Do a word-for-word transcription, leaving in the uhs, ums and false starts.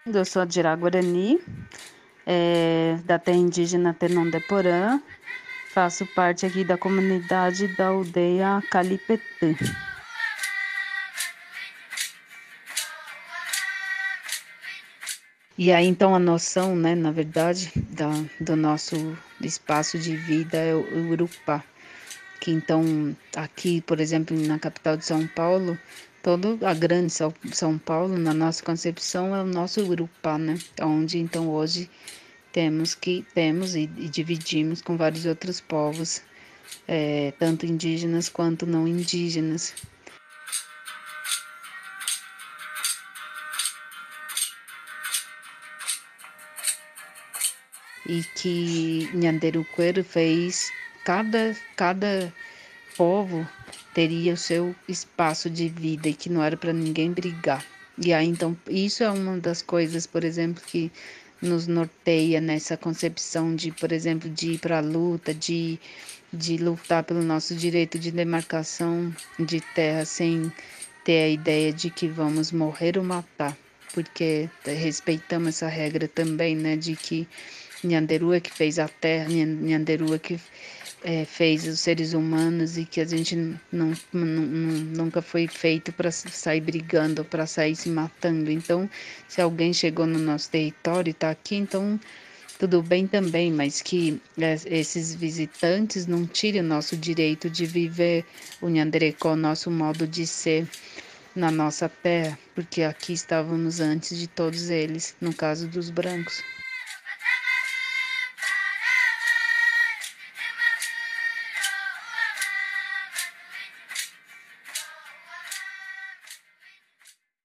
Eu sou a Dirá Guarani, é, da terra indígena Tenondeporã. Faço parte aqui da comunidade da aldeia Calipetê. E aí, então, a noção, né, na verdade, da, do nosso espaço de vida é o, o Urupá. Que então, aqui, por exemplo, na capital de São Paulo, todo a grande São, São Paulo, na nossa concepção, é o nosso Urupá, né? Onde, então, hoje temos que temos e, e dividimos com vários outros povos, é, tanto indígenas quanto não indígenas. E que Nhanderuqueiro fez cada cada povo teria o seu espaço de vida e que não era para ninguém brigar. E aí então isso é uma das coisas, por exemplo, que nos norteia nessa concepção de, por exemplo, de ir para a luta, de de lutar pelo nosso direito de demarcação de terra sem ter a ideia de que vamos morrer ou matar, porque respeitamos essa regra também, né, de que Nhanderu é que fez a terra, Nhanderu é que é, fez os seres humanos e que a gente não, não, não nunca foi feito para sair brigando, para sair se matando. Então, se alguém chegou no nosso território e está aqui, então tudo bem também, mas que é, esses visitantes não tirem o nosso direito de viver o Nhanderecó, o nosso modo de ser na nossa terra, porque aqui estávamos antes de todos eles, no caso dos brancos.